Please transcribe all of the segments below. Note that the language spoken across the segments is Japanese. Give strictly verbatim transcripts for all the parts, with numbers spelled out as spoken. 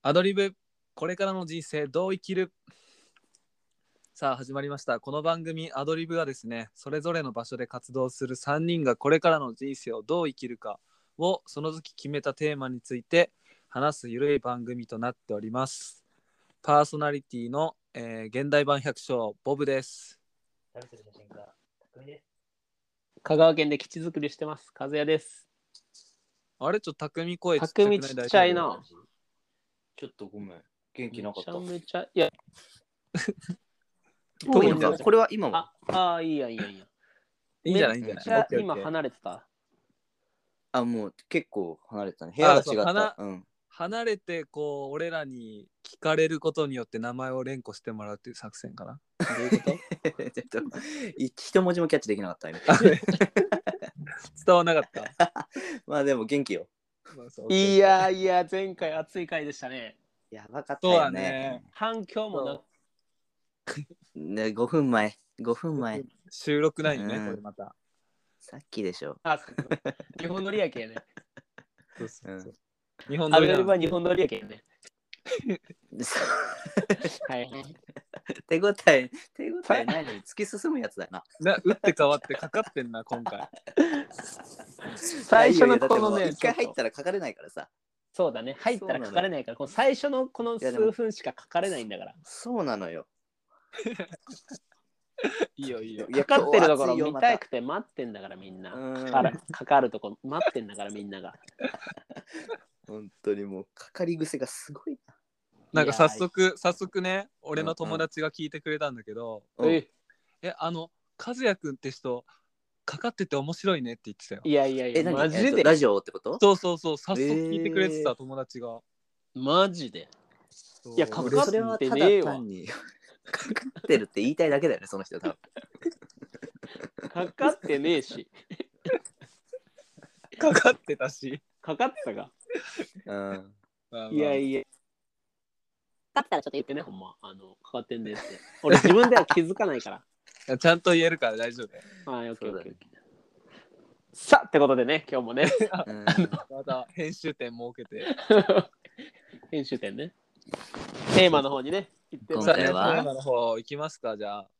アドリブ、これからの人生どう生きる。さあ始まりました。この番組アドリブはですね、それぞれの場所で活動するさんにんがこれからの人生をどう生きるかをその時決めたテーマについて話すゆるい番組となっております。パーソナリティの、えー現代版百姓ボブです。 旅する写真家、匠です。 香川県で基地作りしてます。和也です。 あれちょっと匠声ちっちゃくない？ 匠ちっちゃいな。 ちょっとごめん。元気なかった。 めちゃめちゃ、いや、 もういいのかどうぞこれは今も。 あ、あー、いいやいいやいいや。 いいんじゃないいいんじゃないじゃあオッケーオッケー今離れてた。 あ、もう結構離れてたね。部屋が違あそう離った。うん。 離れてこう俺らに聞かれることによって名前を連呼してもらうっていう作戦かな。 どういうことちょっと一文字もキャッチできなかった今。 伝わんなかったまあでも元気よ。 まあそういやいや、前回熱い回でしたね。 やばかったそうだよね。 ね反響もなね、ごふんまえ。ごふんまえ。 収録ないね、 うんこれまた。 さっきでしょ。 あ、日本撮りやけんね。 そうそうそううん日本撮りなのアドリブは日本撮りやけんね。はいはい。 手応え、手応えないのに突き進むやつだな。 な打って変わってかかってんな今回。 最初のこのね、 いやいやだってもう一回入ちょとったら書かれないからさ。 そうだね。入ったら書かれないから、この最初のこの数分しか書かれないんだから。 そうなのよ。 いいよいいよ。 いやかかってるところ今日は暑いよ見たくて待ってんだからみんな。 うんかかるかかるとこ待ってんだからみんなが。 本当にもうかかり癖がすごいなんか早速早速ね俺の友うん達が聞いてくれたんだけど、 な。 ええあの和也くんって人かかってて面白いねって言ってたよ。 いやいやいえ、 や、 何マジで。 えっとラジオってことそうそうそう早速聞いてくれてた、 えー友達が。 マジで。 そういやかか俺それはただってねえわ単にかかってるって言いたいだけだよね、その人多分。 かかってねえし。 かかってたし。 かかってたか。 うん。 まあまあいやいや。かかったらちょっと言ってね、ほんま。あの、かかってんねって。俺自分では気づかないから。 ちゃんと言えるから大丈夫。 はい、オッケーそうだねオッケーオッケー。さあってことでね、今日もね、 うんまた編集点設けて。 編集点ね。テーマの方にね、行ってさあ、 今回はテーマの方行きますか、じゃあ。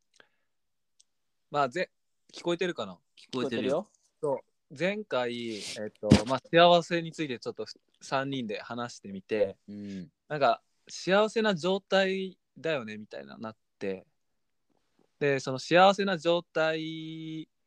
まあ、ぜ聞こえてるかな？ 聞こえてるよ。 前回、えっと、まあ、幸せについてちょっとさんにんで話してみて、 うん。 なんか、幸せな状態だよね、みたいななって、で、その幸せな状態って、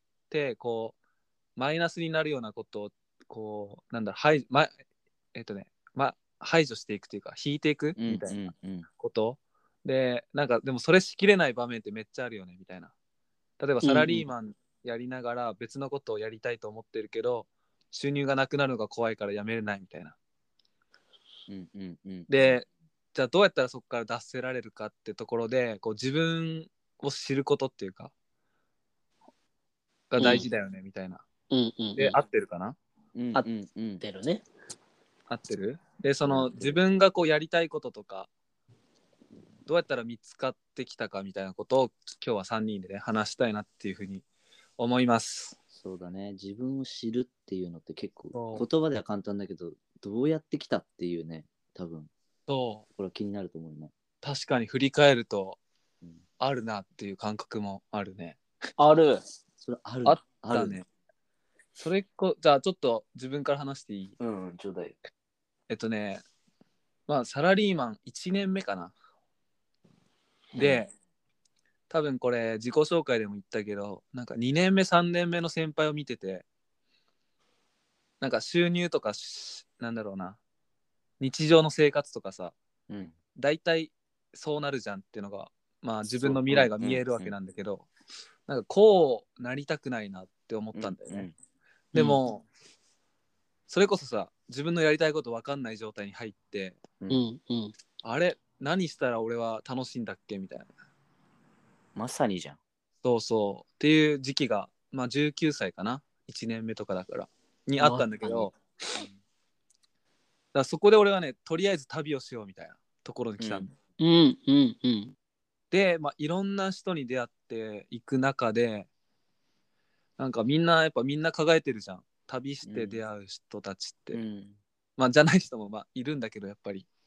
こう、マイナスになるようなことを、こう、なんだ、はいま、えっとね、ま、排除していくというか、引いていくうんみたいなうんうんこと。で、なんか、でもそれしきれない場面ってめっちゃあるよね、みたいな。例えばサラリーマンやりながら別のことをやりたいと思ってるけど、収入がなくなるのが怖いからやめれないみたいな。 うんうんうん。 で、じゃあどうやったらそこから脱せられるかってところで、こう自分を知ることっていうか、が大事だよね、みたいな。 うんうんうん。 で、合ってるかな？ うんうんうん。 てるね。 合ってる？で、その合ってる自分がこうやりたいこととか、どうやったら見つかってきたかみたいなことを今日はさんにんでね、話したいなっていうふうに思います。 そうだね。自分を知るっていうのって結構そう言葉では簡単だけど、どうやってきたっていうね、多分そう。 これは気になると思うね。 確かに振り返るとうんあるなっていう感覚もあるね。 ある。 それあるあったね。それこじゃあちょっと自分から話していい？ うんうん、ちょうだい。 えっとね、まあサラリーマンいちねんめかな。で、多分これ自己紹介でも言ったけど、なんかにねんめさんねんめの先輩を見てて、なんか収入とかしなんだろうな、日常の生活とかさ、 うん。 大体そうなるじゃんっていうのが、まあ自分の未来が見えるわけなんだけど、なんかこうなりたくないなって思ったんだよね。 うんでも、それこそさ、自分のやりたいこと分かんない状態に入って、 ううんんうん。 あれ何したら俺は楽しいんだっけみたいな。 まさにじゃん。 そうそうっていう時期が、まあじゅうきゅうさいかな、いちねんめとかだからにあったんだけど、だからそこで俺はね、とりあえず旅をしようみたいなところに来たんだ、 うんうんうん。 で、まあ、いろんな人に出会っていく中で、なんかみんなやっぱみんな輝いてるじゃん、旅して出会う人たちって、 うん。 まあじゃない人もまあいるんだけど、やっぱり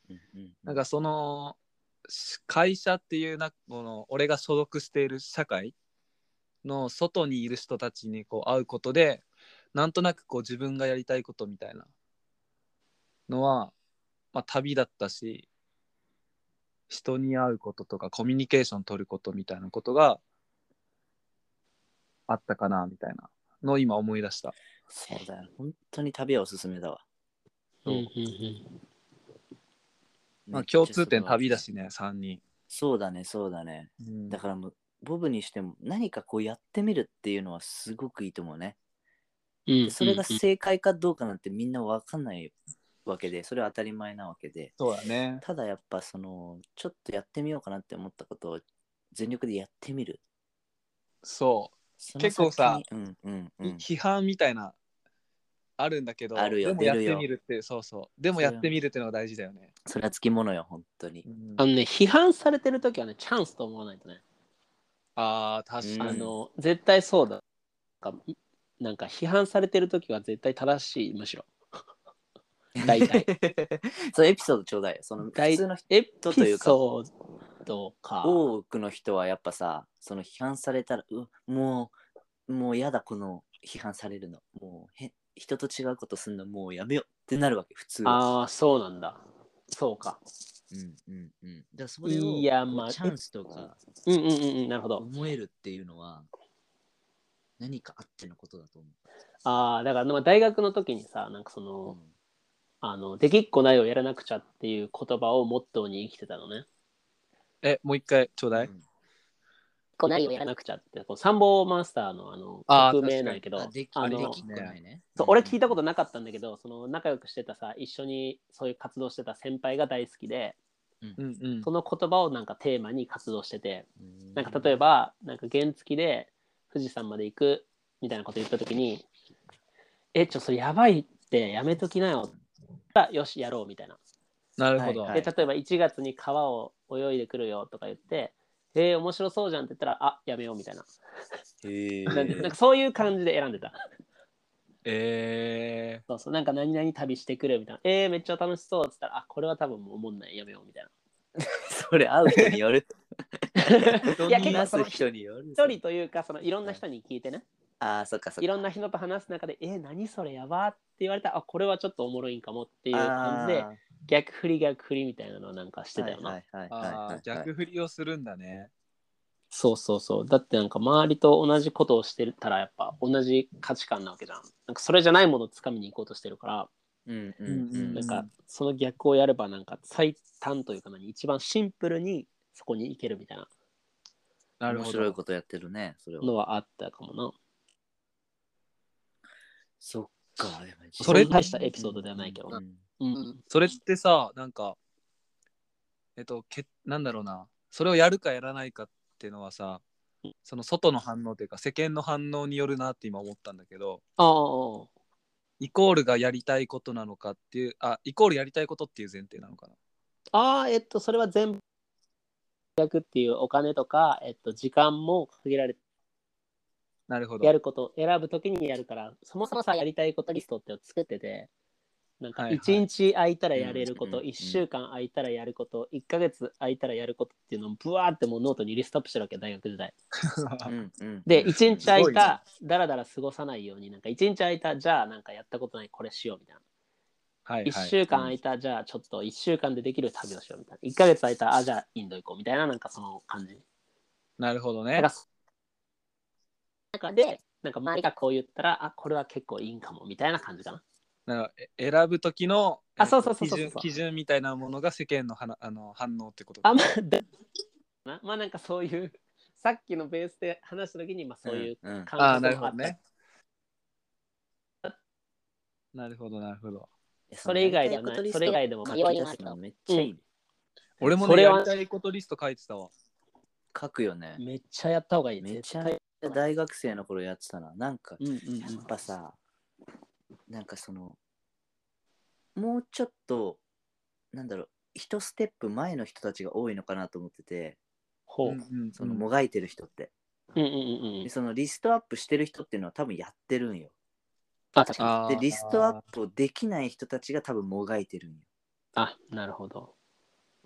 うんうんなんかそのし会社っていうなこの俺が所属している社会の外にいる人たちにこう会うことでなんとなくこう自分がやりたいことみたいなのは、まあ、旅だったし人に会うこととかコミュニケーション取ることみたいなことがあったかなみたいなのを今思い出した。 そうだよ。本当に旅はおすすめだわ。 うんうんうんまあ、 めっちゃ共通点それは旅だしねさんにん、 そうだね、そうだね。 うんだからもう、ボブにしても何かこうやってみるっていうのはすごくいいと思うね。 うんでそれがうん正解かどうかなんてみんなわかんないわけで、それは当たり前なわけで。 そうだね。 ただやっぱその、ちょっとやってみようかなって思ったことを全力でやってみる。 そうその結構さ先に、うんうんうん。 批判みたいなあるんだけどあるよでもやって出るよみるってそうそうでもやってみるっていうのが大事だよね。 それはつきものよ、本当に。 うんあのね、批判されてるときはね、チャンスと思わないとね。 あー確かに、 あの、絶対そうだ。なんか、なんか批判されてるときは絶対正しい、むしろ。大体。 そのエピソードちょうだい。その普大通のエピ人というか、 ソードか。 多くの人はやっぱさ、その批判されたら、うもう、もうやだ、この批判されるの。もうへ、人と違うことすんのもうやめようってなるわけ、普通は。 ああ、そうなんだ。そうか。 うんうんうん。だからそれをいやまあこうチャンスとかうんうんうんうん、なるほど。 思えるっていうのは何かあってのことだと思ああ、だからまあ大学の時にさ、なんかその、 う。うんあの、できっこないをやらなくちゃっていう言葉をモットーに生きてたのね。 えもう一回ちょうだい、 うんこうないをやらなくちゃって、こうサンボマスターのあのあー曲名なんやけど、 あ、できあのできっこないね。 そう俺聞いたことなかったんだけど、その仲良くしてたさ、一緒にそういう活動してた先輩が大好きで、 うんうんその言葉をなんかテーマに活動してて、 うんなんか例えば、なんか原付で富士山まで行くみたいなこと言ったときに、え、ちょ、それやばいってやめときなよ。よし、やろうみたいな。 なるほど、 はいはいで、例えばいちがつに川を泳いでくるよとか言って、えー、面白そうじゃんって言ったら、あ、やめようみたいな。 へなんでなんえかそういう感じで選んでた。 えそうそう、なんか何々旅してくるみたいな。えー、めっちゃ楽しそうって言ったら、あ、これは多分もう思んない、やめようみたいな。 それ会う人による。 いや、結構話すその人による。 一人というか、そのいろんな人に聞いてね。 ああ、そっかそっか。 いろんな人と話す中で、えー、何それやばって言われたら、あ、これはちょっとおもろいんかもっていう感じで、 あ逆振り逆振りみたいなのをなんかしてーたよな。 はいはいはいー、 はいはいはい。 あー逆振りをするんだね。 そうそうそう。だってなんか周りと同じことをしてたらやっぱ同じ価値観なわけじゃん。なんかそれじゃないものをつかみに行こうとしてるから、 うんうんうんうんなんかその逆をやればなんか最短というか何一番シンプルにそこに行けるみたいななるほ面白いど。 ことやってるね、それは。 のはあったかもな。 そっか。 それそんな大したエピソードではないけどな。 うんうん。 それってさなんかえっとけなんだろうなそれをやるかやらないかっていうのはさその外の反応というか世間の反応によるなって今思ったんだけどああ。 イコールがやりたいことなのかっていうあイコールやりたいことっていう前提なのかな。 ああ、えっと、それは全部逆っていうお金とか、えっと、時間も限られてなるほど。 やること選ぶときにやるから、そもそもさやりたいことリストって作ってて、なんかはいはいいちにち空いたらやれること、 うんうんうんいっしゅうかん空いたらやること、いっかげつ空いたらやることっていうのをブワーってもうノートにリストアップしてるわけ、大学時代。 うんうんで、いちにち空いすごいねた、だらだら過ごさないように、なんかいちにち空いた、じゃあなんかやったことないこれしようみたいな。 はいはい。 いっしゅうかん空いた、じゃあちょっといっしゅうかんでできる旅をしようみたいな。いっかげつ空いた、あ、じゃあインド行こうみたいな、なんかその感じ。 なるほどねだから。中で、なんか周りがこう言ったら、あ、これは結構いいんかもみたいな感じかな。 なんかえ選ぶ時のあえっとそうそうそうそうそう基準基準みたいなものが世間のはなあの反応ってことあ、まあ、だなまあなんかそういう、さっきのベースで話した時に、まあそういううんうん感ああーな覚もあった。 るほどね。なるほどなるほど。 それ以外ではないやりたそれ以外でもことリスト書き出すのめっちゃいいね。 俺もそれはねやりたいことリスト書いてたわ。 書くよね。 めっちゃやった方がいい。 めっちゃ絶対大学生の頃やってたな。なんか、 うんうんうんやっぱさ、なんかその、もうちょっと、なんだろう、一ステップ前の人たちが多いのかなと思ってて、 ほう。 うんうんうんそのもがいてる人って。 うんうんうんうん。 でそのリストアップしてる人っていうのは多分やってるんよ。 あ、確かに。 あーで、リストアップをできない人たちが多分もがいてるんよ。 あ、なるほど。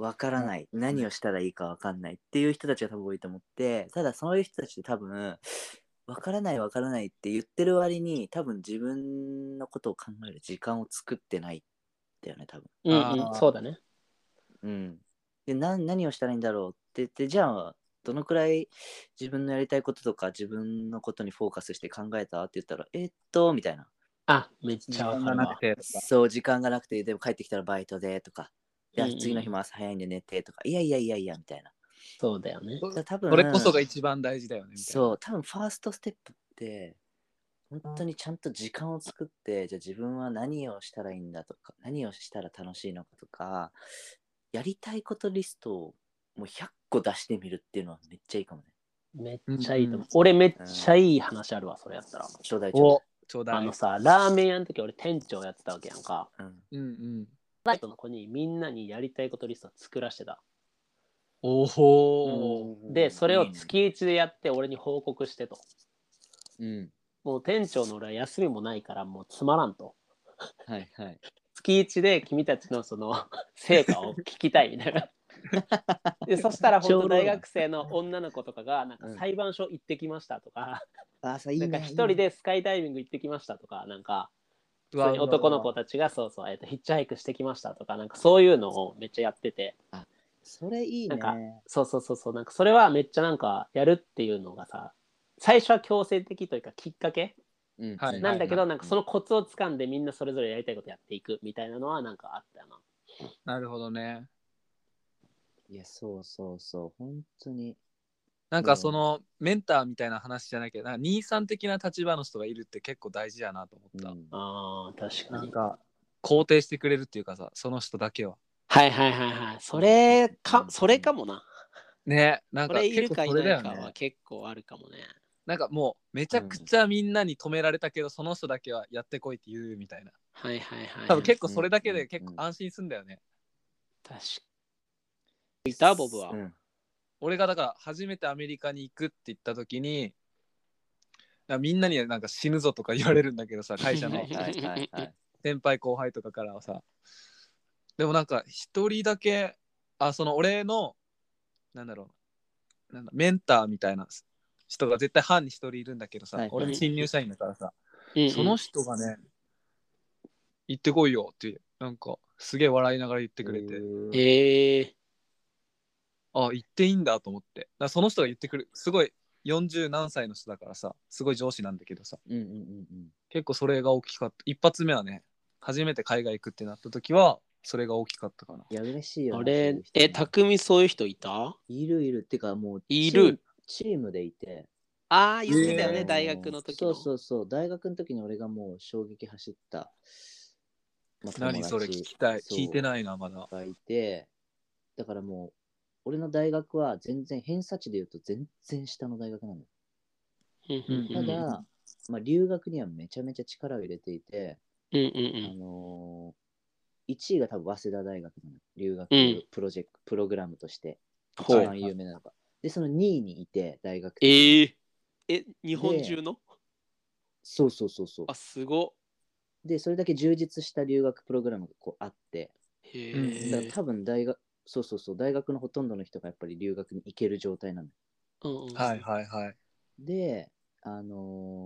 わからない、何をしたらいいかわかんないっていう人たちが多分多いと思って、ただそういう人たちって多分わからないわからないって言ってる割に多分自分のことを考える時間を作ってないんだよね多分。 うんあーうん、そうだね。 うん。でな何をしたらいいんだろうって言ってじゃあどのくらい自分のやりたいこととか自分のことにフォーカスして考えたって言ったらえっとみたいな。 あ、めっ時ちゃわ間がなくかるわ。 てとか。 そう時間がなくてでも帰ってきたらバイトでとか。いやうんうん次の日も朝早いんで寝てとかいやいやいやいやみたいな。 そうだよね。 だから多それこそが分一番大事だよねみたいな。 そう多分ファーストステップって本当にちゃんと時間を作ってじゃあ自分は何をしたらいいんだとか何をしたら楽しいのかとかやりたいことリストをもうひゃっこ出してみるっていうのはめっちゃいいかもね。 めっちゃいいと思う。 うん俺めっちゃいい話あるわ、それやったら。 ちょうだいちょうだいお、ちょうだい。 あのさ、ラーメン屋の時俺店長やってたわけやんか。 うんうんうん。 バイトの子にみんなにやりたいことリストを作らしてた。 おお。 で、それをいいね月いちでやって俺に報告してと。 うんもう店長の俺は休みもないからもうつまらんと。 はいはい月いちで君たちのその成果を聞きたいみたいな。でそしたら本当大学生の女の子とかがなんか裁判所行ってきましたとか、 あさいいねなんか一人でスカイダイビング行ってきましたとか、なんかうわ普通に男の子たちがそうそう、えーとヒッチハイクしてきましたとか、なんかそういうのをめっちゃやってて、 それいいねなんかそうそうそうそう、なんかそれはめっちゃなんかやるっていうのがさ、最初は強制的というかきっかけうんはいなんだけど、 はいなんかそのコツをつかんでみんなそれぞれやりたいことやっていくみたいなのはなんかあったよな。 なるほどね。 いやそうそうそう本当になんかそのメンターみたいな話じゃないけど、なんか兄さん的な立場の人がいるって結構大事やなと思った。 うんあー確かに。 なんか肯定してくれるっていうかさ、その人だけは。 はいはいはいはい。それか、それかもな。 ね、なんそか結構れいるかいそれだよないかはね。 結構あるかもね。 なんかもうめちゃくちゃみんなに止められたけど、その人だけはやってこいって言うみたいな。 はいはいはい。 多分結構それだけで結構安心すんだよね。 確かに。いたボブは。 うん俺がだから初めてアメリカに行くって言った時に、なんかみんなになんか死ぬぞとか言われるんだけどさ、会社のはいはいはい先輩後輩とかからはさ、でもなんか一人だけ、あ、その俺のなんだろう、なんだメンターみたいな人が絶対班に一人いるんだけどさ、 はいはい俺新入社員だからさ、 うんうんその人がね、行ってこいよってなんかすげえ笑いながら言ってくれて、 へえあ、行っていいんだと思って。だからその人が言ってくる、すごいよんじゅう何歳の人だからさ、すごい上司なんだけどさ、 うんうんうんうん結構それが大きかった。一発目はね、初めて海外行くってなった時は、それが大きかったかな。 いや嬉しいよなあれ、 そういう人ねえ、匠そういう人いたいるいるってかもういるチームチームでいてああ、言ってたよね、 えー大学の時の。 そうそうそう大学の時に俺がもう衝撃走った、まあ、 何それ聞きたい。聞いてないな、まだ。 がいてだからもう俺の大学は全然偏差値で言うと全然下の大学なのようんただ、まあ、留学にはめちゃめちゃ力を入れていて、 うんうんあのー、いちいが多分早稲田大学なの留学うんプロジェクト、プログラムとしてほう一番有名なのが、でそのにいにいて大学え的にー、え、日本中のそうそうそうそうあ、すごでそれだけ充実した留学プログラムがこうあってへうんだからえ。 多分大学そうそうそう大学のほとんどの人がやっぱり留学に行ける状態なのうんうんはいはいはい。 であのー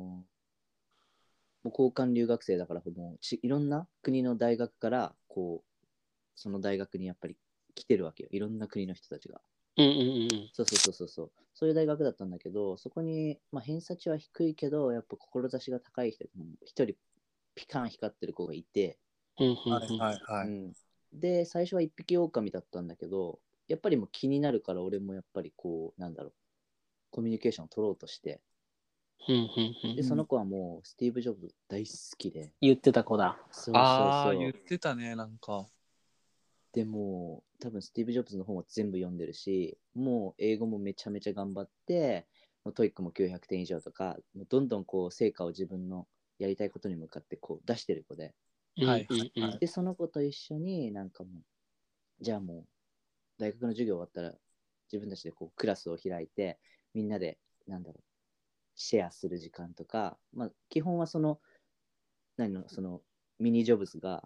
もう交換留学生だからもうちいろんな国の大学からこうその大学にやっぱり来てるわけよいろんな国の人たちがうんうんうんそうそうそうそうそうそういう大学だったんだけどそこに、まあ、偏差値は低いけどやっぱ志が高い人一人ピカン光ってる子がいて、 うんうんはいはいはい。 うん、で最初は一匹狼だったんだけどやっぱりもう気になるから俺もやっぱりこうなんだろうコミュニケーションを取ろうとしてうんうんうんでその子はもうスティーブ・ジョブズ大好きで言ってた子だ。 そうそうああ、 そう言ってたね、なんか。 でも多分スティーブ・ジョブズの本は全部読んでるしもう英語もめちゃめちゃ頑張ってもうトイックもきゅうひゃくてん以上とかもうどんどんこう成果を自分のやりたいことに向かってこう出してる子ではいうんうんうんでその子と一緒になんかもうじゃあもう大学の授業終わったら自分たちでこうクラスを開いてみんなでなんだろうシェアする時間とか、まあ、基本はその何のそのミニジョブズが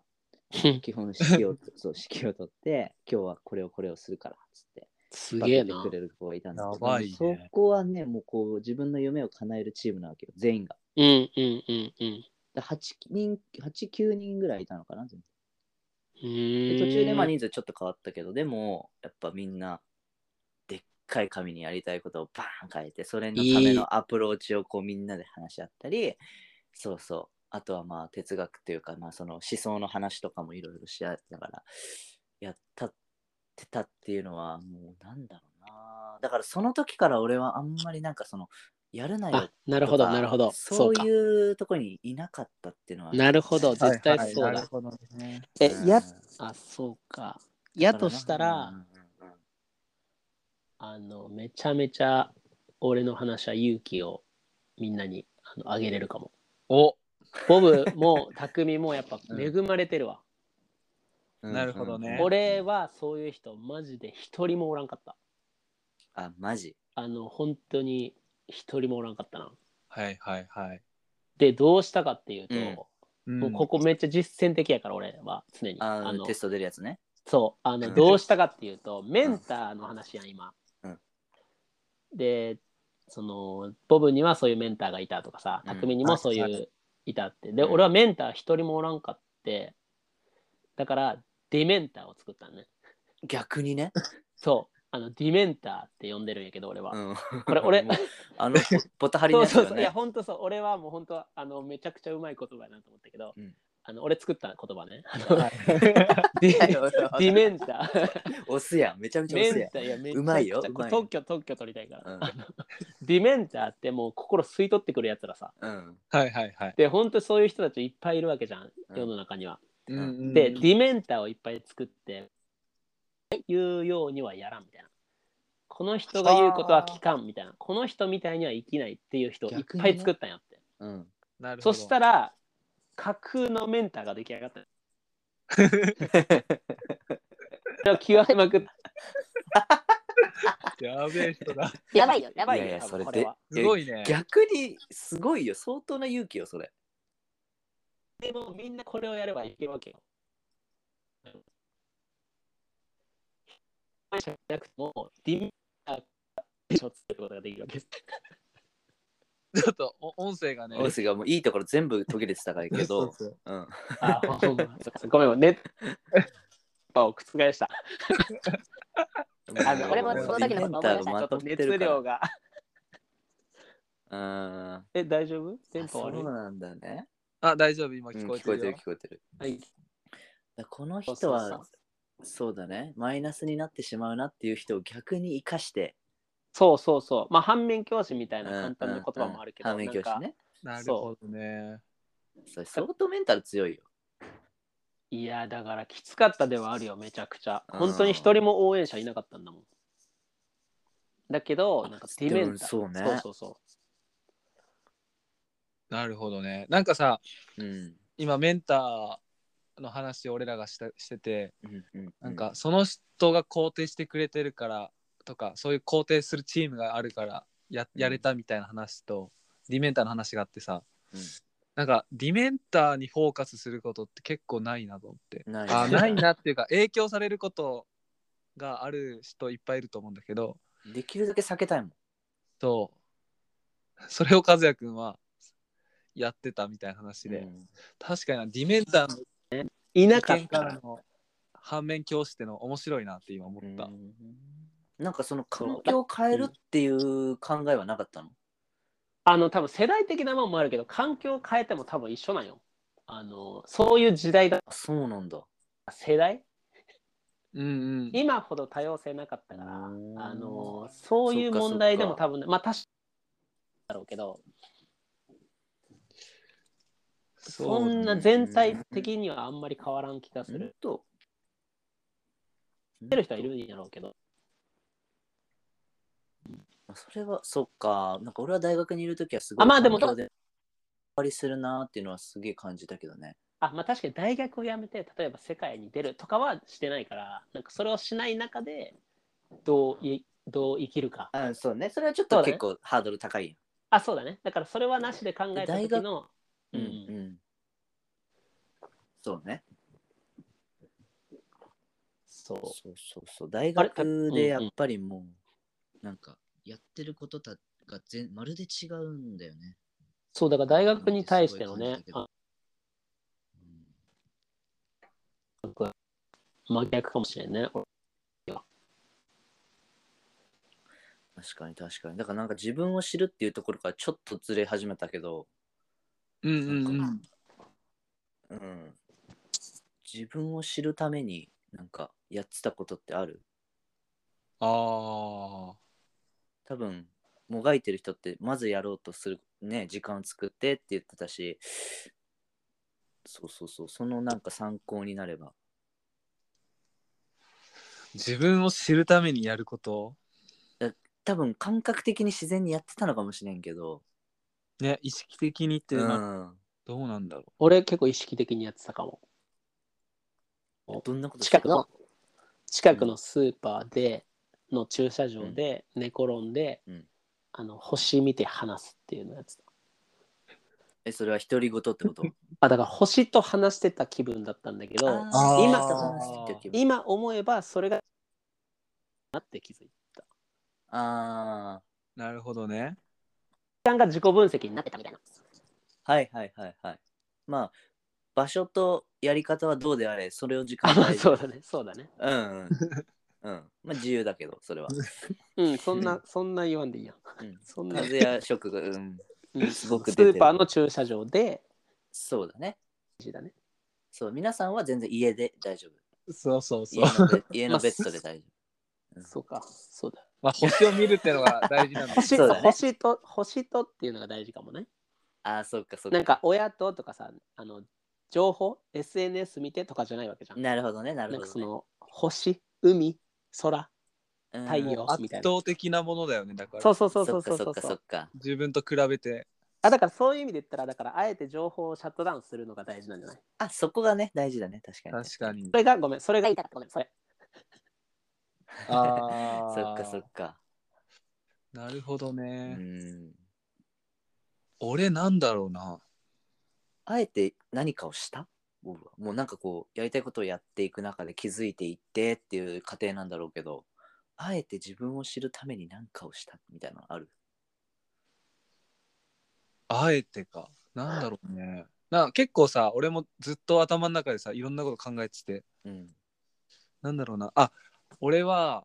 基本指揮をそう指揮を取って今日はこれをこれをするからっつってすげえな引っ張ってくれる子がいたんだけど、 やばいねそこはねもうこう自分の夢を叶えるチームなわけよ全員が。 うんうんうんうんではちにんはちきゅうにんぐらいいたのかな全部うーんで途中でまあ人数ちょっと変わったけどでもやっぱみんなでっかい紙にやりたいことをバーン書いてそれのためのアプローチをこうみんなで話し合ったりそうそうあとはまあ哲学っていうかまあその思想の話とかもいろいろし合いながらやったってたっていうのはもうなんだろうなだからその時から俺はあんまりなんかそのやるなよあ、なるほどとかなるほどそうそうかいうところにいなかったっていうのはあなるほどね絶対そうだ、 はいはい、なるほどね。 えうんやあそうかやだからとしたら、 うんうんうんあのめちゃめちゃ俺の話は勇気をみんなにあのあげれるかも。 お、 ボブも匠もやっぱ恵まれてるわ、 うんなるほどねうんうん俺はそういう人マジで一人もおらんかった。 あマジあの本当に一人もおらんかったな。 はいはいはい。 でどうしたかっていうと、 うんもうここめっちゃ実践的やから俺は常にああのテスト出るやつねそうあのうんどうしたかっていうとメンターの話やん今、 うんでそのボブにはそういうメンターがいたとかさうん匠にもそういう、 はいはいたってで、 うん俺はメンター一人もおらんかってだからディメンターを作ったのね。 逆にね、 そうあのディメンターって呼んでるんやけど俺は、 うん、 これ俺もうあのボタハリそうのやつよねそうそういや本当そう俺はもう本当あのめちゃくちゃうまい言葉やなと思ったけど、 うんあの俺作った言葉ねあのはいディディメンター押すやんめちゃめちゃ押すやんメンターいやめちゃくちゃうまいようまいよ特許特許取りたいから、 うんあのディメンターってもう心吸い取ってくるやつらさうんはいはいはい。 で本当そういう人たちいっぱいいるわけじゃんうん世の中には、 うんうんでディメンターをいっぱい作って言うようにはやらんみたいなこの人が言うことは聞かんみたいなこの人みたいには生きないっていう人をいっぱい作ったんやって、 うんなるほど。 そしたら架空のメンターが出来上がったそれを極めまくったやべえ人だ。 やばいよやばいよいやいやそれ多分これはすごいね。 逆にすごいよ相当な勇気よそれでもみんなこれをやればいけるわけよじゃなくてもディメンターを作ることができるわけですちょっとお音声がね。 オスがもういいところ全部途切れてたからいいけどそうそううんあほんまそっかごめんねパを覆したあの俺もその時のこと思い出したちょっと熱量がうんえ大丈夫電波そ悪いうなんだねあ、大丈夫、今うん聞こえ聞こえてるてるよ。 聞こえてるはいだこの人そうはそうそうだねマイナスになってしまうなっていう人を逆に生かしてそうそうそうまあ反面教師みたいなうん簡単な言葉もあるけど、 うんうん反面教師ねなるほどね。 それ相当メンタル強いよいやだからきつかったではあるよめちゃくちゃうん本当に一人も応援者いなかったんだもんだけどなんかディメンターでもそうねそうそうそなるほどね。なんかさ、 うん今メンターの話俺らがしたしてて、 うんうんなんかその人が肯定してくれてるからとか、そういう肯定するチームがあるからややれたみたいな話と、ディメンターの話があってさ、 うんなんかディメンターにフォーカスすることって結構ないなと思って。 ないねあ、ないなっていうか影響されることがある人いっぱいいると思うんだけど、 できるだけ避けたいもんそうそれを和也くんはやってたみたいな話で、 うん確かになディメンターのういなか意見ったからの反面教師っての面白いなって今思った。 うんなんかその環境を変えるっていう考えはなかったのあの多分世代的なもんもあるけど環境を変えても多分一緒なんよあのそういう時代だあそうなんだ世代うんうん。 今ほど多様性なかったからうんあのそういうそっか問題でもそっか多分ねまあ確かだろうけどそんな全体的にはあんまり変わらん気がする。 と知ってる人はいるんやろうけど。 それはそっかなんか俺は大学にいるときはすごいあまあでも環境で変わりするなっていうのはすげえ感じたけどねあまあ確かに大学を辞めて例えば世界に出るとかはしてないからなんかそれをしない中でどういどう生きるか。 あそうねそれはちょっそうだねと結構ハードル高いよあそうだね。だからそれはなしで考えた時のうんうんそうねそうそうそうそう大あれ学でやっうんうんぱりもうなんかやってることたが全まるで違うんだよね。 そうだから大学に対してのね、あうん真逆かもしれんね。 確かに確かに。だからなんか自分を知るっていうところからちょっとずれ始めたけど、 うんうんうん。 うん、自分を知るためになんかやってたことってある？ ああ。 多分もがいてる人ってまずやろうとするね時間を作ってって言ってたし、そうそうそうそのなんか参考になれば。 自分を知るためにやること。 だ多分感覚的に自然にやってたのかもしれんけど、 ね、意識的にってうな、 ん。 どうなんだろ俺結構意識的にやってたかも。 どんなことしてた？ 近くの近くのスーパーでの駐車場で寝転んで、 うん、 あの星見て話すっていうのやつだ。 えそれは独り言ってこと？ あだから星と話してた気分だったんだけど、 ああー今ー人と話すっていう気分。 今思えばそれがなって気づいた。 あう。なるほどね。 時間が自己分析になってたみたいな。 あはいはいはいはい。まあ場所とやり方はどうであれそれを時あまあ間大事。 そうだねそうだね。 うんうんうん。まあ自由だけどそれは。 うんそんなそんな言わんでいいやん。 うん、 そんな、 風や食が、うん、 うん、 すスごく出てる。 ーパーの駐車場でそうだね。 大事だね。 そう皆さんは全然家で大丈夫。 そうそうそう。 家のベ家まあのベッドで大丈夫。うんそうかそうだ。 まあ、星を見るってのが大事なんだけ星ど。 そうだね星と星とっていうのが大事かもね。 ああ、そっかそっか。 なんか親ととかさあの情報 エスエヌエス 見てとかじゃないわけじゃん。 なるほどね、なるほどね。 なんかその星海空うん太もう圧陽みたいな。 倒的なものだよね、だから。 そうそうそうそうそっかそっそうそうそう。 かそっか。 自分と比べて。 あだからそういう意味で言ったらだからあえて情報をシャットダウンするのが大事なんじゃない？ あ、そこがね、大事だね。確かに確かに。 確かにそ。れがごめんそれが言いたかったごめんそれ。 そっかそあっか。 あ。なるほどうね。 ん。 俺なんだろうな。 あえて何かをした僕はもうなんかこう、やりたいことをやっていく中で気づいていってっていう過程なんだろうけど、あえて自分を知るために何かをしたみたいなのある？ あえてか。なんだろうね。なんか結構さ、俺もずっと頭の中でさ、いろんなこと考えてて。 うん。 なんだろうな。あ、俺は、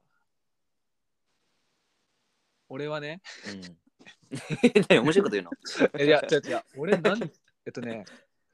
俺はね。 うん。何面白いこと言うの？ いや、違う違う。俺何えっとね、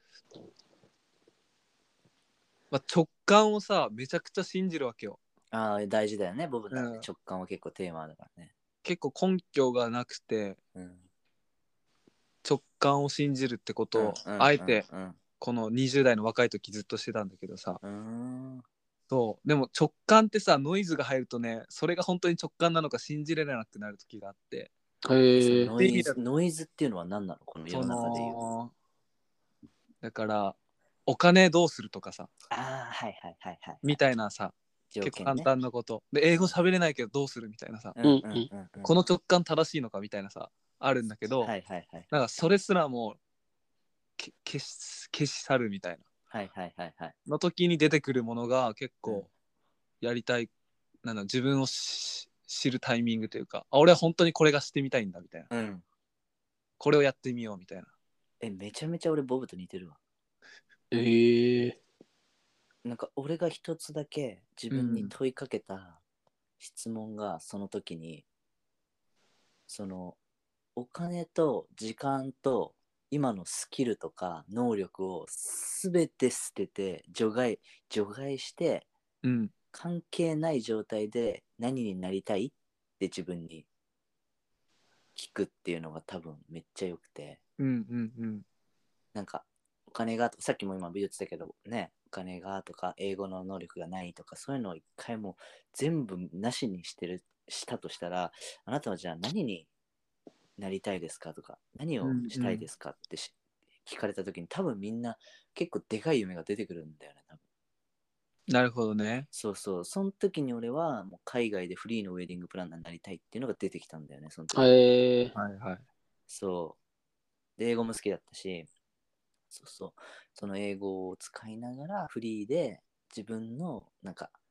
まあ、直感をさ、めちゃくちゃ信じるわけよ。 ああ、大事だよね。ボブならね、 うん直感は結構テーマだからね。 結構根拠がなくて、 うん。 直感を信じるってことを、 うんあえて、 うんこのにじゅう代の若い時ずっとしてたんだけどさ。 うん。うーん。 そう。でも直感ってさ、ノイズが入るとね、それが本当に直感なのか信じられなくなる時があって。 えそのへえ。 ノイズ、ノイズっていうのは何なのこの世その中で言う。 の、だから、お金どうするとかさ、 ああ、はいはいはいはい。 みたいなさ、 条件ね。 結構簡単なこと。で、英語喋れないけどどうするみたいなさ、 うんうんうんうん。 この直感正しいのかみたいなさ、あるんだけど、 はいはいはい。 なんかそれすらもけ消し消し去るみたいなはいはいはいはい。 の時に出てくるものが結うん構やりたい、なんだ自分をし知るタイミングというか、あ俺は本当にこれがしてみたいんだみたいな、 うん。 これをやってみようみたいな。 え、めちゃめちゃ俺ボブと似てるわ。 ええ。 なんか俺が一つだけ自分に問いかけた質問がその時に、そのお金と時間と今のスキルとか能力を全て捨てて除外除外してうん関係ない状態で何になりたいって自分に聞くっていうのが多分めっちゃ良くて、 うんうんうんなんかお金がさっきも今言ってたけどね、お金がとか英語の能力がないとかそういうのを一回も全部なしにしてるしたとしたら、あなたはじゃあ何になりたいですかとか何をしたいですかってし、聞かれた時に多分みんな結構でかい夢が出てくるんだよね多分。 なるほどね。 そうそう、その時に俺はもう海外でフリーのウェディングプランナーになりたいっていうのが出てきたんだよねその時に。 へえ。 はいはい。 そうで英語も好きだったし、そうそうその英語を使いながらフリーで自分のなんか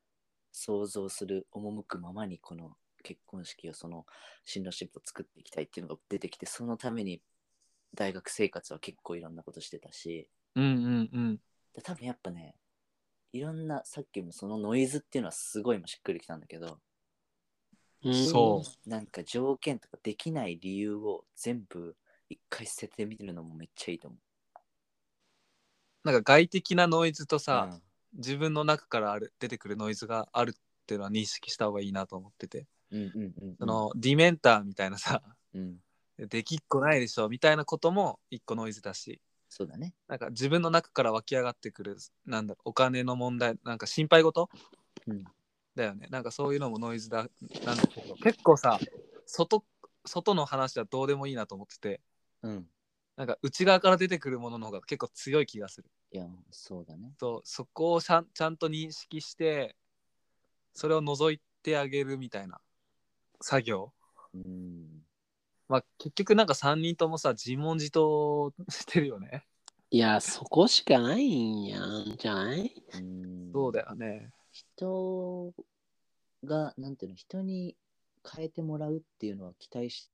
想像する赴くままにこの結婚式をその新郎新婦を作っていきたいっていうのが出てきて、そのために大学生活は結構いろんなことしてたし、 うんうんうん。 で多分やっぱね、いろんなさっきもそのノイズっていうのはすごい今しっくりきたんだけど、 うんそなんか条件とかできない理由を全部一回捨ててみるのもめっちゃいいと思なんか外的なノイズとう。 さ、自分の中からある出てくるノイズがあるっていうのは認識した方がいいなと思ってて、 うんうんうんうんそのディメンターみたいなさ、 うんできっこないでしょみたいなことも一個ノイズだし、 そうだね。 なんか自分の中から湧き上がってくるなんだろうお金の問題、なんか心配事うんだよね。なんかそういうのもノイズだなんだけど、結構さ、外外の話はどうでもいいなと思ってて、 うんなんか内側から出てくるものの方が結構強い気がする。 いやそうだね。 とそこをちゃんちゃんと認識してそれを除いてあげるみたいな作業。 うんまあ結局なんかさんにんともさ自問自答してるよね。 いや、そこしかないんやんじゃないうんそうだよね。 人がなんていうの、人に変えてもらうっていうのは期待し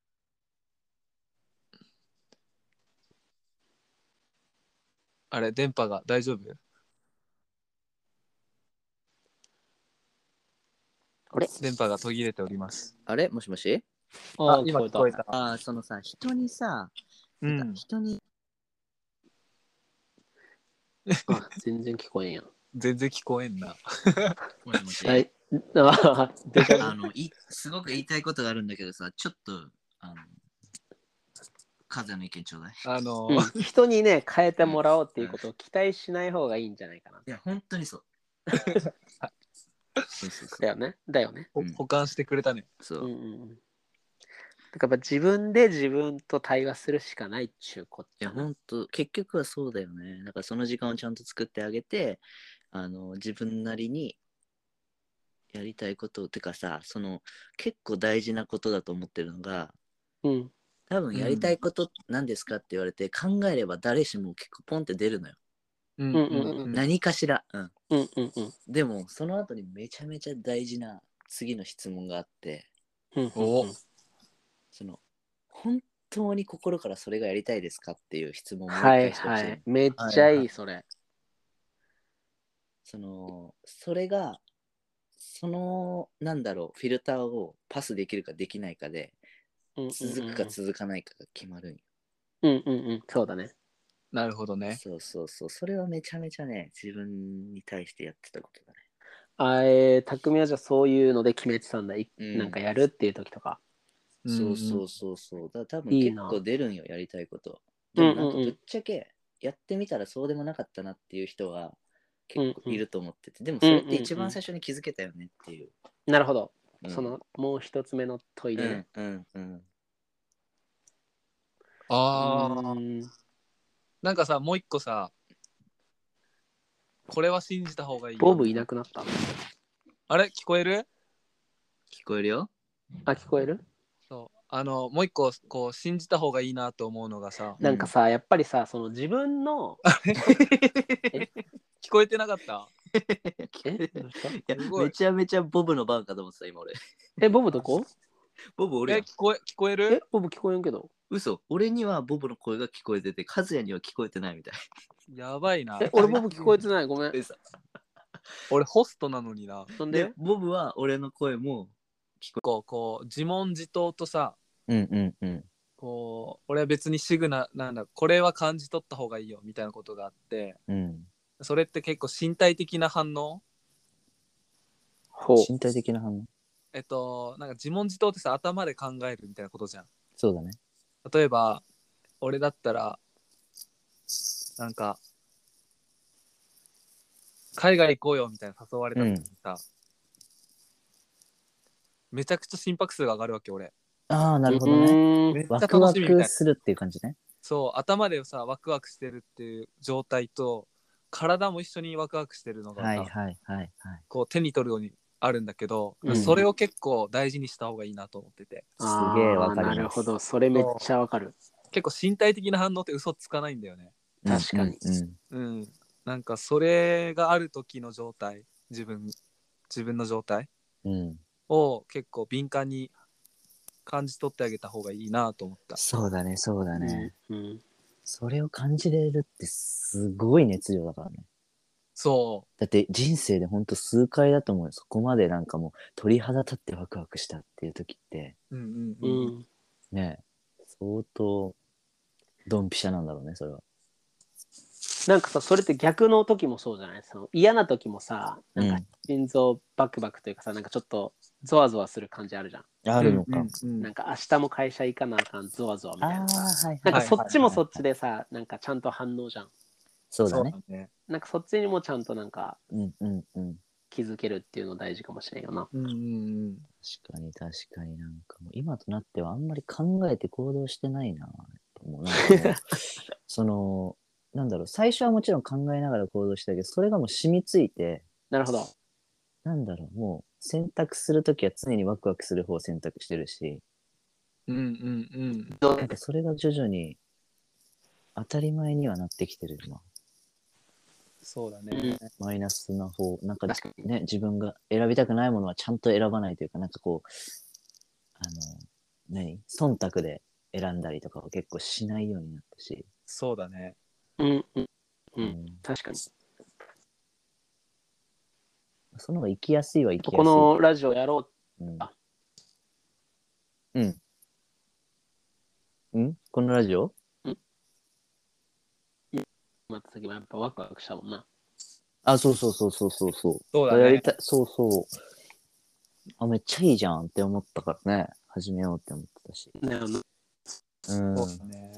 あれ電波が大丈夫？ あれ電波が途切れております。 あれもしもしああ、 今聞こえた。 聞こえた。 ああ、そのさ、人にさ、 うなんかん。 人に、 あ、全然聞こえんやん。 全然聞こえんな。 もしもし、 はい。あデジャブあのい、すごく言いたいことがあるんだけどさ、ちょっと、あの、風の意見ちょうだい。 あのうーん、人にね、変えてもらおうっていうことを期待しない方がいいんじゃないかな。 いや、本当にそう。そうそうそう。 だよね。だよね。 ほうん保管してくれたね。 そうう。 んうんうん。だからやっぱ自分で自分と対話するしかないっちゅうこといや、 だな。 本当結局はそうだよね。だからその時間をちゃんと作ってあげて、あの、自分なりにやりたいことを、てかさ、その、結構大事なことだと思ってるのが、 うん。 多分やりたいこと何ですかって言われて、考えれば誰しも結構ポンって出るのよ。 うんうんうんうん何かしら。うん。 うんうんうん。 でも、その後にめちゃめちゃ大事な次の質問があって、 うんうんおうんその、本当に心からそれがやりたいですかっていう質問をもう一はい回してほしいの。 はい。めっちゃいい、それ。 その、それが、その、なんだろう、フィルターをパスできるかできないかで、 うんうんうんうん続くか続かないかが決まるんよ。 うんうんうん。そうだね。 なるほどね。 そうそうそう。それはめちゃめちゃね、自分に対してやってたことだね。 あえー、匠はじゃあそういうので決めてたんだ。いうんなんかやるっていう時とか。 そうそううそうそう。だから多分いいな結構出るんよ、やりたいこと。でうんうんうんもなんかぶっちゃけ、やってみたらそうでもなかったなっていう人は結構いると思ってて、でもそれって一番最初に気づけたよねっていう。 なるほど。 うんそのもう一つ目の問いでね。 うんうんうん。 ああ、 うんなんかさもう一個さ、これは信じた方がいいよ。 ボブいなくなった。 あれ聞こえる？ 聞こえるよ。 あ、聞こえる？ そうあのもう一個こう信じた方がいいなと思うのがさ、 なんかさ、やっぱりさ、その自分のえ聞こえてなかった？ えどうしたいやすごいめちゃめちゃボブの番かと思ってた今俺。 え、ボブどこ？ ボブ俺やん。 え聞こえ聞こええる？、 ボブ聞こえんけど。 嘘。俺にはボブの声が聞こえてて、カズヤには聞こえてないみたい。 やばいな。 え、俺ボブ聞こえてない。ごめん。 嘘俺ホストなのにな。 なんで？ でボブは俺の声も聞ここうこう自問自答とさ、 えうんうんうん。 こう俺は別にシグナなんだこれは感じ取った方がいいよみたいなことがあって、 うん。 それって結構身体的な反応。 ほう。 身体的な反応。 えっとなんか自問自答ってさ頭で考えるみたいなことじゃん。 そうだね。 例えば俺だったらなんか海外行こうよみたいな誘われた時にさ、めちゃくちゃ心拍数が上がるわけ俺。 ああ、なるほうどね。 ーんめっちゃワクワ楽しみみたいな。 クするっていう感じね。 そう頭でさワクワクしてるっていう状態と体も一緒にワクワクしてるのがさ、 はいはいはいはい。 こう手に取るようにあるんだけど、 うんそれを結構大事にした方がいいなと思ってて、 すげえわかりますあーなるほど。それめっちゃわかる。 結構身体的な反応って嘘つかないんだよね。 確かにうんうんうん、なんかそれがある時の状態自分自分の状態うん。 を結構敏感に感じ取ってあげた方がいいなと思った。 そうだね、そうだね。 うんうんそれを感じれるってすごい熱量だからね。 そだって人生でほんと数回だと思うよ。そこまでなんかもう鳥肌立ってワクワクしたっていう時って、 う。うんうんううん。 ん。 ね、相当ドンピシャなんだろうね、それは。 なんかさ、それって逆の時もそうじゃない？その嫌な時もさ、なんかうん心臓バクバクというかさ、なんかちょっとゾワゾワする感じあるじゃん。 あるのか。 うんうんうんなんか明日も会社行かなあかんゾワゾワみたいああ、 なさ。 はいはい。 なんかそっちもそっはいちでさ、なんかちゃんと反応じゃん。 そうだね。 そうだね。 なんかそっちにもちゃんとなんかうんうんうん。 気づけるっていうの大事かもしれんよな。 うんうんうん。 確かに確かになんかもう今となってはあんまり考えて行動してないな。もうなんかもうそのなんだろう、最初はもちろん考えながら行動したけど、それがもう染みついて、 なるほど。 なんだろう、もう選択するときは常にワクワクする方を選択してるし、 うんうんなんかそれが徐々に当たり前にはなってきてるな。 そうだね。 マイナスな方、なんか確かね、自分が選びたくないものはちゃんと選ばないというか、なんかこう、あの、何忖度で選んだりとかは結構しないようになったし。 そうだね。 うんうんう。 うんん。 確かに。 その方が生きやすいは生きやすい。 このラジオやろう。 うんあ。 うん。うんこのラジオまた先もやっぱワクワクしたもんな。 あ、そうそうそうそうそうそう。 そうだねやりたい。そうそう。あ、めっちゃいいじゃんって思ったからね。始めようって思ってたし。 ね、あのうん。 そうだね。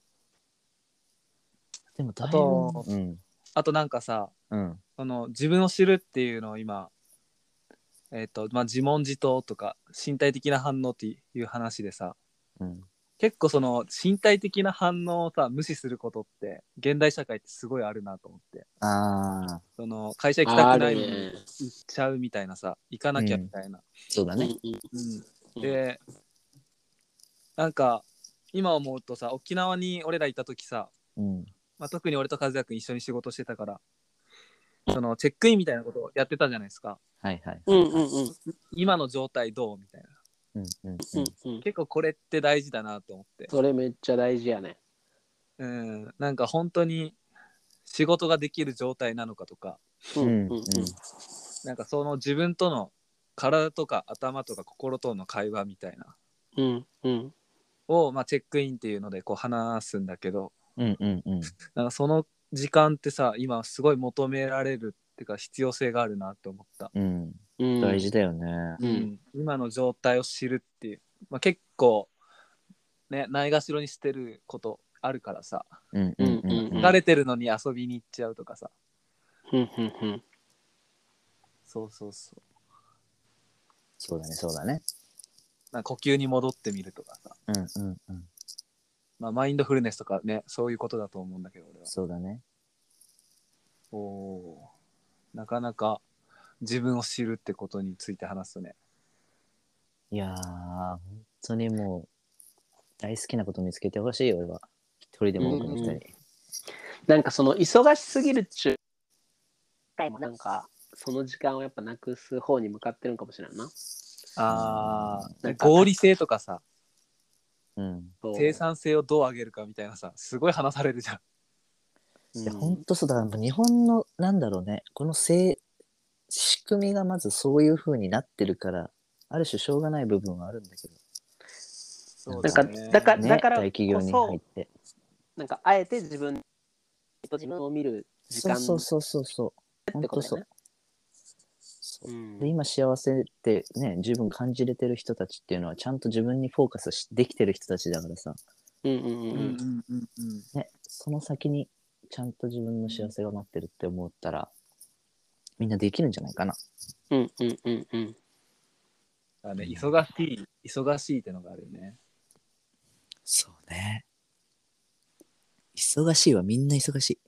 でもだいぶ、 あとうん。 あとなんかさ、 うん。 その自分を知るっていうのを今、えっとまあ、自問自答とか身体的な反応っていう話でさ、 うん。 結構その身体的な反応をさ無視することって現代社会ってすごいあるなと思って、 ああ、 その会社行きたくないのにあるね行っちゃうみたいなさ、行かなきゃみたいな、 そうだね。 うんうんうんでなんか今思うとさ、沖縄に俺らいた時さ、 うん。 まあ、特に俺と和也くん一緒に仕事してたから、そのチェックインみたいなことをやってたじゃないですか。 はいはいうんうんうん今の状態どうみたいな。 うんうんうん。 うんうん。 結構これって大事だなと思って、 それめっちゃ大事やね。 うんなんか本当に仕事ができる状態なのかとか、 うんうんうん。 なんかその自分との体とか頭とか心との会話みたいなうんうんを、まあ、チェックインっていうのでこう話すんだけど、 うんうんうん。 なんかその時間ってさ今すごい求められるっていうか必要性があるなって思った、 うん。 うん。 大事だよね。 うん今の状態を知るっていう、まあ、結構ねないがしろにしてることあるからさ、 うんうんうんうん。 疲れてるのに遊びに行っちゃうとかさ、 うんうんうん。 そうそうそう、 そうだね、そうだね。 なんか呼吸に戻ってみるとかさ、 うんうんうん。 まあ、マインドフルネスとかね、そういうことだと思うんだけど俺は。 そうだね。 おおー、なかなか自分を知るってことについて話すとね。 いやー、本当にもう、大好きなこと見つけてほしいよ、俺は。一人でも多くの人に。 なんかその忙しすぎるっちゅう回もなんかその時間をやっぱなくす方に向かってるんかもしれんな。 ああ、 なんか合理性とかさ、 うん。 そう生産性をどう上げるかみたいなさ、すごい話されるじゃん。 いや、 うん本当そうだ。日本の、なんだろうね、このせ仕組みがまずそういう風になってるから、ある種しょうがない部分はあるんだけど。 そうなんかね。 だからね、 だから大企業に入って。 なんかあえて自分と自分を見る時間そうそうそうそうそう。 って本当そうことだよね。。 そううんで今幸せってね十分感じれてる人たちっていうのはちゃんと自分にフォーカスしできてる人たちだからさ、 うんうんうんうんうんうんうん。 ね、その先にちゃんと自分の幸せが待ってるって思ったらみんなできるんじゃないかな。 うんうんうんうん。 だね、忙しい、忙しいってのがあるよね。 そうね。忙しいはみんな忙しい。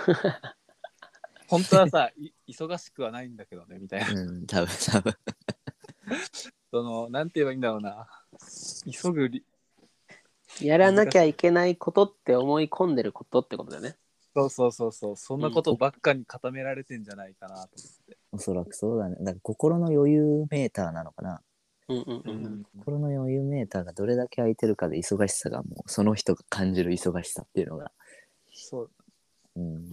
本当はさ、い忙しくはないんだけどね、みたいな。 うん、多分多分。 その、なんて言えばいいんだろうな。急ぐり、 やらなきゃいけないことって思い込んでることってことだよね。 そうそうそうそう、そんなことばっかに固められてんじゃないかなと思って。 おそらくそうだね。だから心の余裕メーターなのかな。 うんうんううんん、 心の余裕メーターがどれだけ空いてるかで忙しさがもうその人が感じる忙しさっていうのが。 そう。 うん。 うん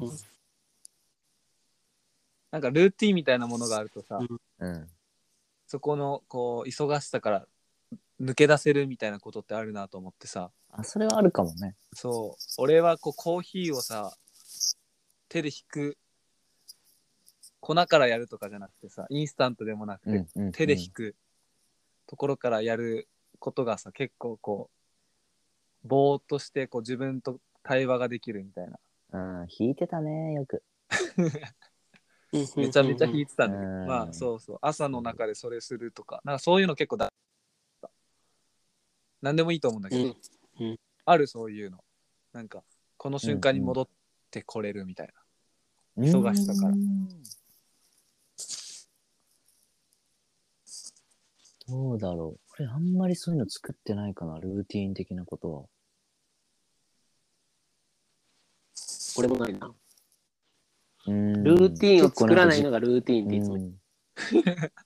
なんかルーティンみたいなものがあるとさ、 うんうん。 そこのこう忙しさから抜け出せるみたいなことってあるなと思ってさ。 あ、それはあるかもね。 そう、俺はこうコーヒーをさ手で引く、粉からやるとかじゃなくてさ、インスタントでもなくて、 うんうんうん手で引くところからやることがさ、結構こうぼーっとしてこう自分と対話ができるみたいな。 うん、弾いてたね、よく。 めちゃめちゃ弾いてたんだけど、 うんまあそうそう、朝の中でそれするとか、なんかそういうの結構だ、なんでもいいと思うんだけど、 うんうんあるそういうの、なんかこの瞬間に戻ってこれるみたいな、忙しさから。 うんどうだろう。これあんまりそういうの作ってないかな、ルーティーン的なことは。 俺もないな。 うんルーティンを作らない結のがルーティンっていつも構なんかじ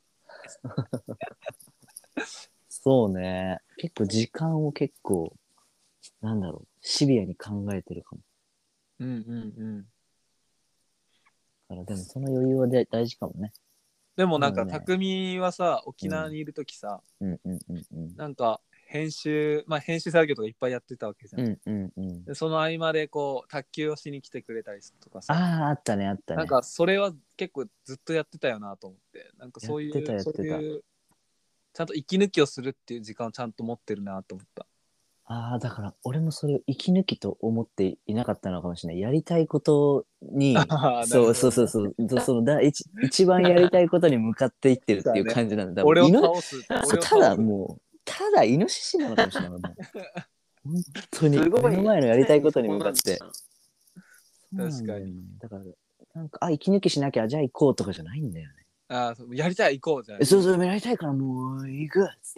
うんそうね。結構時間を結構、なんだろう、シビアに考えてるかも。 うんうんうん。 だからでもその余裕はで大事かもね。 でもなんかそうね匠はさ、沖縄にいるときさ、 うんうんうんうん。 なんか編集、まあ編集作業とかいっぱいやってたわけじゃん。 うんうんうん。 でその合間でこう卓球をしに来てくれたりとかさ、 ああ、あったね、あったね。 なんかそれは結構ずっとやってたよなと思って、なんかそういやってたうやってたそういうちゃんと息抜きをするっていう時間をちゃんと持ってるなと思った。 ああ、だから俺もそれを息抜きと思っていなかったのかもしれない。やりたいことに、 あーなるそうほどねそうそうそう、どそのだ一一番やりたいことに向かっていってるっていう感じなんだ。 俺をイノ倒す。 そうた俺を倒す。 だもう、ただイノシシなのかもしれない。もう本当にすごい目の前のやりたいことに向かって。 確かそうなんだよにね。だから、なんか、あ、息抜きしなきゃ、じゃあ行こうとかじゃないんだよね。 あー、やりたい行こうじゃん。 えそうそう、やりたいからもう行くっつって。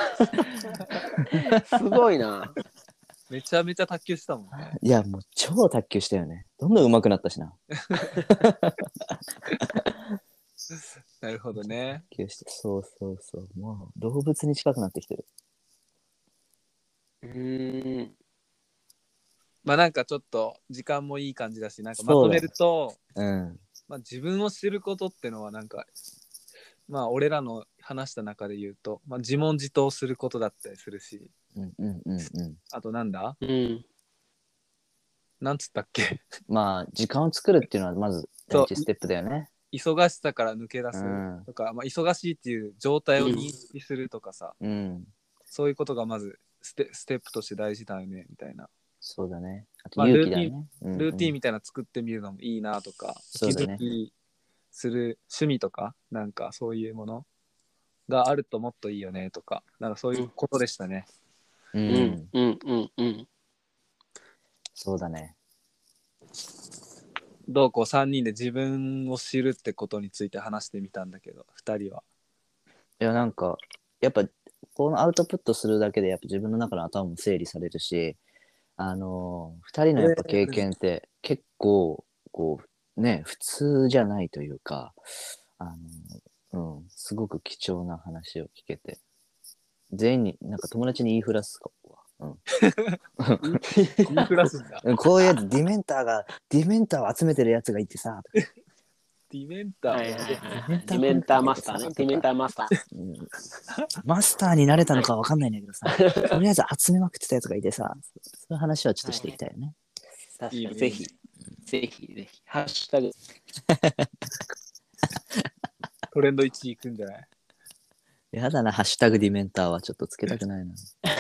すごいな。 めちゃめちゃ卓球したもんね。 いや、もう超卓球したよね。どんどん上手くなったしな。 なるほどね。 卓球して、そうそうそう。もう動物に近くなってきてる。 うーん。 まあなんかちょっと時間もいい感じだし、なんかまとめると、 うん。 まあ、自分を知ることってのはなんか、まあ俺らの話した中で言うと、まあ、自問自答することだったりするし、 うんうんうんうん。 あとなんだうん。 なんつったっけまあ、時間を作るっていうのはまず第一ステップだよね。 忙しさから抜け出すうんとか、まあ、忙しいっていう状態を認識するとかさ、 うん。 そういうことがまずステステップとして大事だよねみたいな、 そうだね。あとまあ勇気だね。 ルーティンン。 みたいなの作ってみるのもいいなとか、 そうだね息抜きする趣味とかなんかそういうものがあるともっといいよねとか、なんかそういうことでしたね。 う。 うんんうんうんうん。 そうだね。 どうこうさんにんで自分を知るってことについて話してみたんだけど、ふたりは。 いや、なんか、やっぱ、このアウトプットするだけで、やっぱ自分の中の頭も整理されるし、あのー、二人のやっぱ経験って結構、こう、ね、普通じゃないというか、あのー、うん、すごく貴重な話を聞けて、全員に、なんか友達に言いふらすかわ。うん。 言いふらすんだ。 こういうやつ、ディメンターが、ディメンターを集めてるやつがいてさ、とかディメンター、 はいはいはい。ディメンターマスターね。ディメンターマスター。 うんマスターになれたのかわかんないんだけどさ、とりあえず集めまくってたやつがいてさ、そういう話はちょっとしていきたいよね。 確かいいねに。ぜひ。ぜひぜひ。ハッシュタグ。 トレンドいちいいくんじゃない？ やだな、ハッシュタグディメンターはちょっとつけたくないな。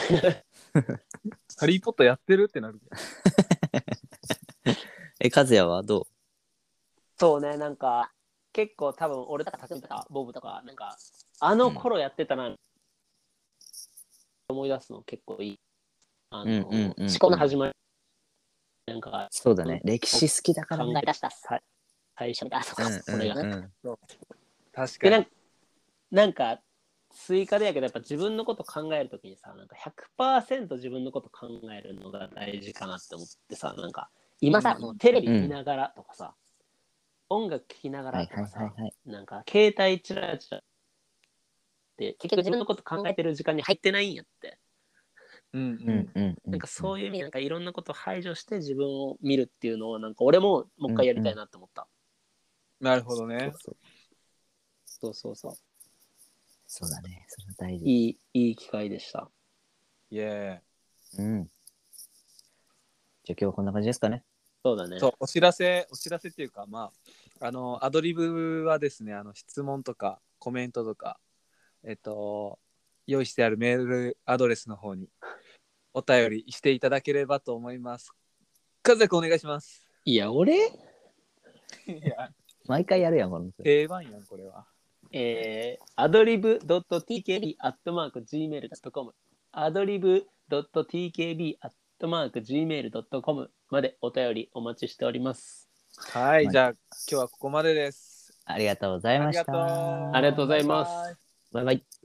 ハリーポッターやってるってなるけど。 え、和也はどそうね、なんか、結構多分俺とか匠とかボブとか、なんか、あの頃やってたな、思い出すの結構いい。あの、 うんうんうんうん思考の始まり。なんか、 うそうだね、歴史好きだからね。 考え出したさ最初みたいな、そうか、それがね。 うん確で、なんかに。 か、なんか追加でやけど、やっぱ自分のこと考えるときにさ、なんかひゃくパーセント自分のこと考えるのが大事かなって思ってさ、なんか今さ、 うんテレビ見ながらとかさ、音楽聴きながはいはいらとかさ、 はいはい。 なんか携帯チラチラって結局自分のこと考えてる時間に入ってないんやって。 うんううんんうんうん。 なんかそういう意味なんかいろんなことを排除して自分を見るっていうのをなんか俺ももう一回やりたいなって思った。 なるほどね。 そうそうそうそうそう。 そうだね。それは大事。 いいいい機会でした。 イエうん。じゃあ今日はこんな感じですかね。 そうだねー。そう、お知らせ、お知らせっていうか、まあ、あの、アドリブはですね、あの、質問とかコメントとか、えっと、用意してあるメールアドレスの方にお便りしていただければと思います。和也くんお願いします。 いや俺いや、 毎回やるやん、この。 定番やん、これは。 えー、アドリブ ドットティーケービー アットマーク ジーメールドットコム アドリブ ドットティーケービー アットマーク ジーメールドットコム までお便りお待ちしております。 はい、 はいじゃあ今日はここまでです。 ありがとうございました。 ありがとうありがとうございます。 バイバイバイバイ。